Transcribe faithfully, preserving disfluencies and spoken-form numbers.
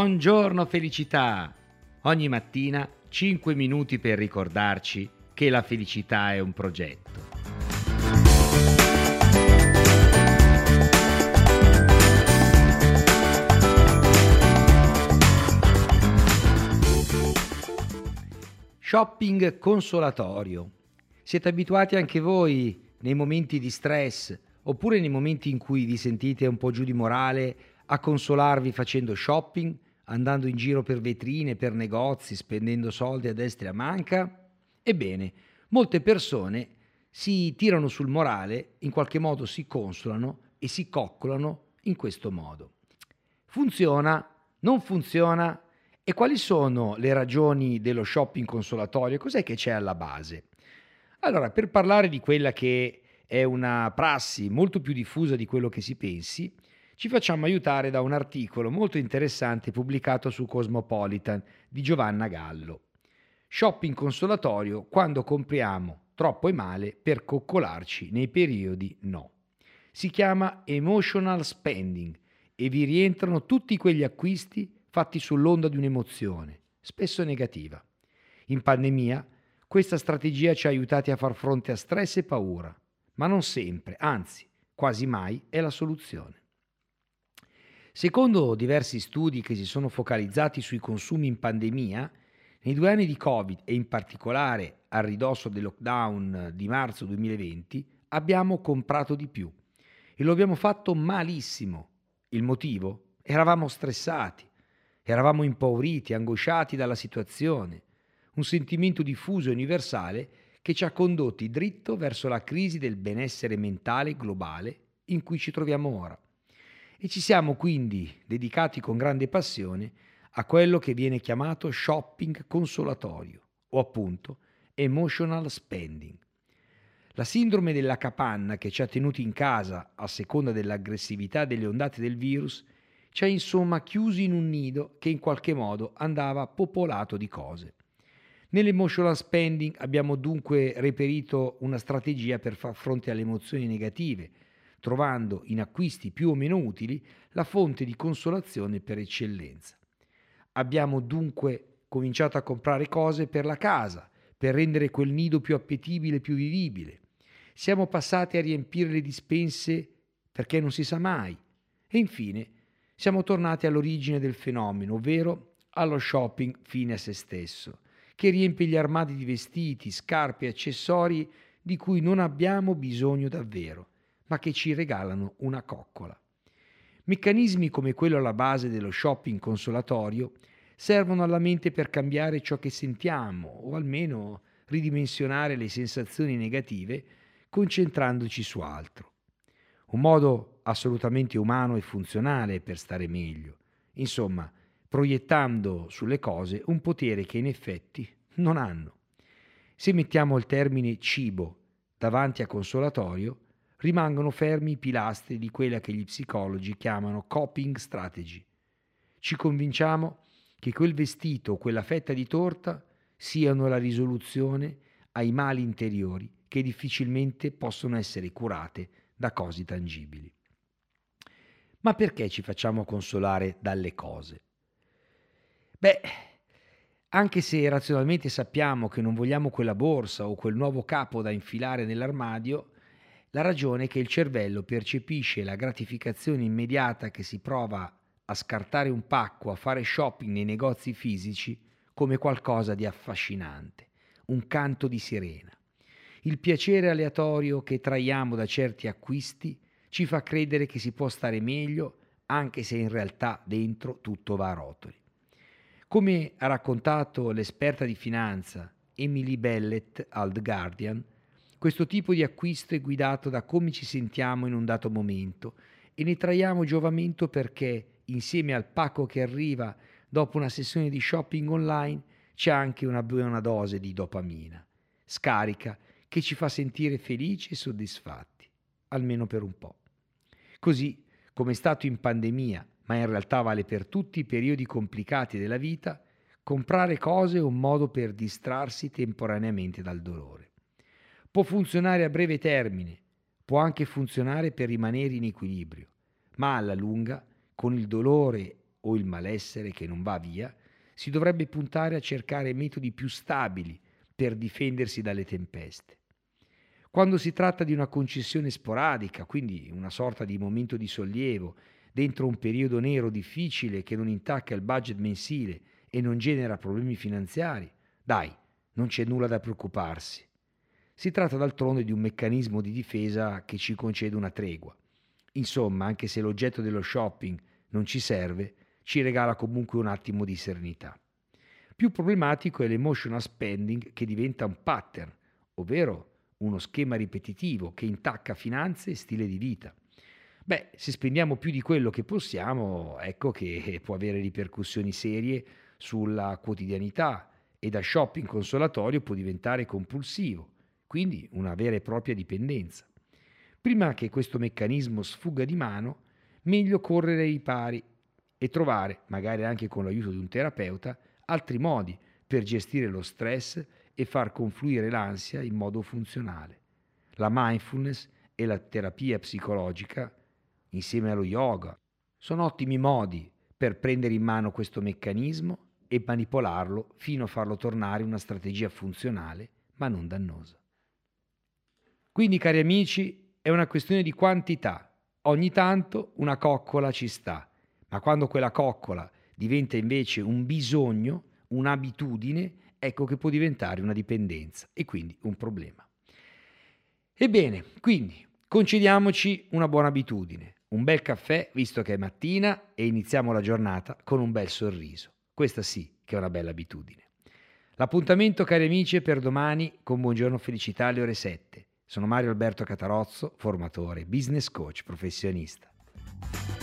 Buongiorno felicità! Ogni mattina cinque minuti per ricordarci che la felicità è un progetto. Shopping consolatorio. Siete abituati anche voi nei momenti di stress oppure nei momenti in cui vi sentite un po' giù di morale a consolarvi facendo shopping, andando in giro per vetrine, per negozi, spendendo soldi a destra e a manca? Ebbene, molte persone si tirano sul morale, in qualche modo si consolano e si coccolano in questo modo. Funziona? Non funziona? E quali sono le ragioni dello shopping consolatorio? Cos'è che c'è alla base? Allora, per parlare di quella che è una prassi molto più diffusa di quello che si pensi, ci facciamo aiutare da un articolo molto interessante pubblicato su Cosmopolitan di Giovanna Gallo. Shopping consolatorio quando compriamo troppo e male per coccolarci nei periodi no. Si chiama emotional spending e vi rientrano tutti quegli acquisti fatti sull'onda di un'emozione, spesso negativa. In pandemia questa strategia ci ha aiutati a far fronte a stress e paura, ma non sempre, anzi, quasi mai è la soluzione. Secondo diversi studi che si sono focalizzati sui consumi in pandemia, nei due anni di Covid e in particolare a ridosso del lockdown di marzo duemilaventi, abbiamo comprato di più e lo abbiamo fatto malissimo. Il motivo? Eravamo stressati, eravamo impauriti, angosciati dalla situazione, un sentimento diffuso e universale che ci ha condotti dritto verso la crisi del benessere mentale globale in cui ci troviamo ora. E ci siamo quindi dedicati con grande passione a quello che viene chiamato shopping consolatorio o appunto emotional spending. La sindrome della capanna che ci ha tenuti in casa a seconda dell'aggressività delle ondate del virus ci ha insomma chiusi in un nido che in qualche modo andava popolato di cose. Nell'emotional spending abbiamo dunque reperito una strategia per far fronte alle emozioni negative, trovando in acquisti più o meno utili la fonte di consolazione per eccellenza. Abbiamo dunque cominciato a comprare cose per la casa, per rendere quel nido più appetibile e più vivibile. Siamo passati a riempire le dispense perché non si sa mai. E infine siamo tornati all'origine del fenomeno, ovvero allo shopping fine a se stesso, che riempie gli armadi di vestiti, scarpe e accessori di cui non abbiamo bisogno davvero, ma che ci regalano una coccola. Meccanismi come quello alla base dello shopping consolatorio servono alla mente per cambiare ciò che sentiamo o almeno ridimensionare le sensazioni negative concentrandoci su altro. Un modo assolutamente umano e funzionale per stare meglio, insomma, proiettando sulle cose un potere che in effetti non hanno. Se mettiamo il termine cibo davanti a consolatorio, rimangono fermi i pilastri di quella che gli psicologi chiamano coping strategy. Ci convinciamo che quel vestito o quella fetta di torta siano la risoluzione ai mali interiori che difficilmente possono essere curate da cose tangibili. Ma perché ci facciamo consolare dalle cose? Beh, anche se razionalmente sappiamo che non vogliamo quella borsa o quel nuovo capo da infilare nell'armadio, la ragione è che il cervello percepisce la gratificazione immediata che si prova a scartare un pacco, a fare shopping nei negozi fisici come qualcosa di affascinante, un canto di sirena. Il piacere aleatorio che traiamo da certi acquisti ci fa credere che si può stare meglio anche se in realtà dentro tutto va a rotoli. Come ha raccontato l'esperta di finanza Emily Bellet al The Guardian, questo tipo di acquisto è guidato da come ci sentiamo in un dato momento e ne traiamo giovamento perché, insieme al pacco che arriva dopo una sessione di shopping online, c'è anche una buona dose di dopamina, scarica che ci fa sentire felici e soddisfatti, almeno per un po'. Così, come è stato in pandemia, ma in realtà vale per tutti i periodi complicati della vita, comprare cose è un modo per distrarsi temporaneamente dal dolore. Può funzionare a breve termine, può anche funzionare per rimanere in equilibrio, ma alla lunga, con il dolore o il malessere che non va via, si dovrebbe puntare a cercare metodi più stabili per difendersi dalle tempeste. Quando si tratta di una concessione sporadica, quindi una sorta di momento di sollievo, dentro un periodo nero difficile che non intacca il budget mensile e non genera problemi finanziari, dai, non c'è nulla da preoccuparsi. Si tratta d'altronde di un meccanismo di difesa che ci concede una tregua. Insomma, anche se l'oggetto dello shopping non ci serve, ci regala comunque un attimo di serenità. Più problematico è l'emotional spending che diventa un pattern, ovvero uno schema ripetitivo che intacca finanze e stile di vita. Beh, se spendiamo più di quello che possiamo, ecco che può avere ripercussioni serie sulla quotidianità e da shopping consolatorio può diventare compulsivo, quindi una vera e propria dipendenza. Prima che questo meccanismo sfugga di mano, meglio correre ai pari e trovare, magari anche con l'aiuto di un terapeuta, altri modi per gestire lo stress e far confluire l'ansia in modo funzionale. La mindfulness e la terapia psicologica, insieme allo yoga, sono ottimi modi per prendere in mano questo meccanismo e manipolarlo fino a farlo tornare una strategia funzionale ma non dannosa. Quindi, cari amici, è una questione di quantità. Ogni tanto una coccola ci sta, ma quando quella coccola diventa invece un bisogno, un'abitudine, ecco che può diventare una dipendenza e quindi un problema. Ebbene, quindi concediamoci una buona abitudine, un bel caffè visto che è mattina e iniziamo la giornata con un bel sorriso. Questa sì che è una bella abitudine. L'appuntamento, cari amici, è per domani con Buongiorno Felicità alle ore sette. Sono Mario Alberto Catarozzo, formatore, business coach professionista.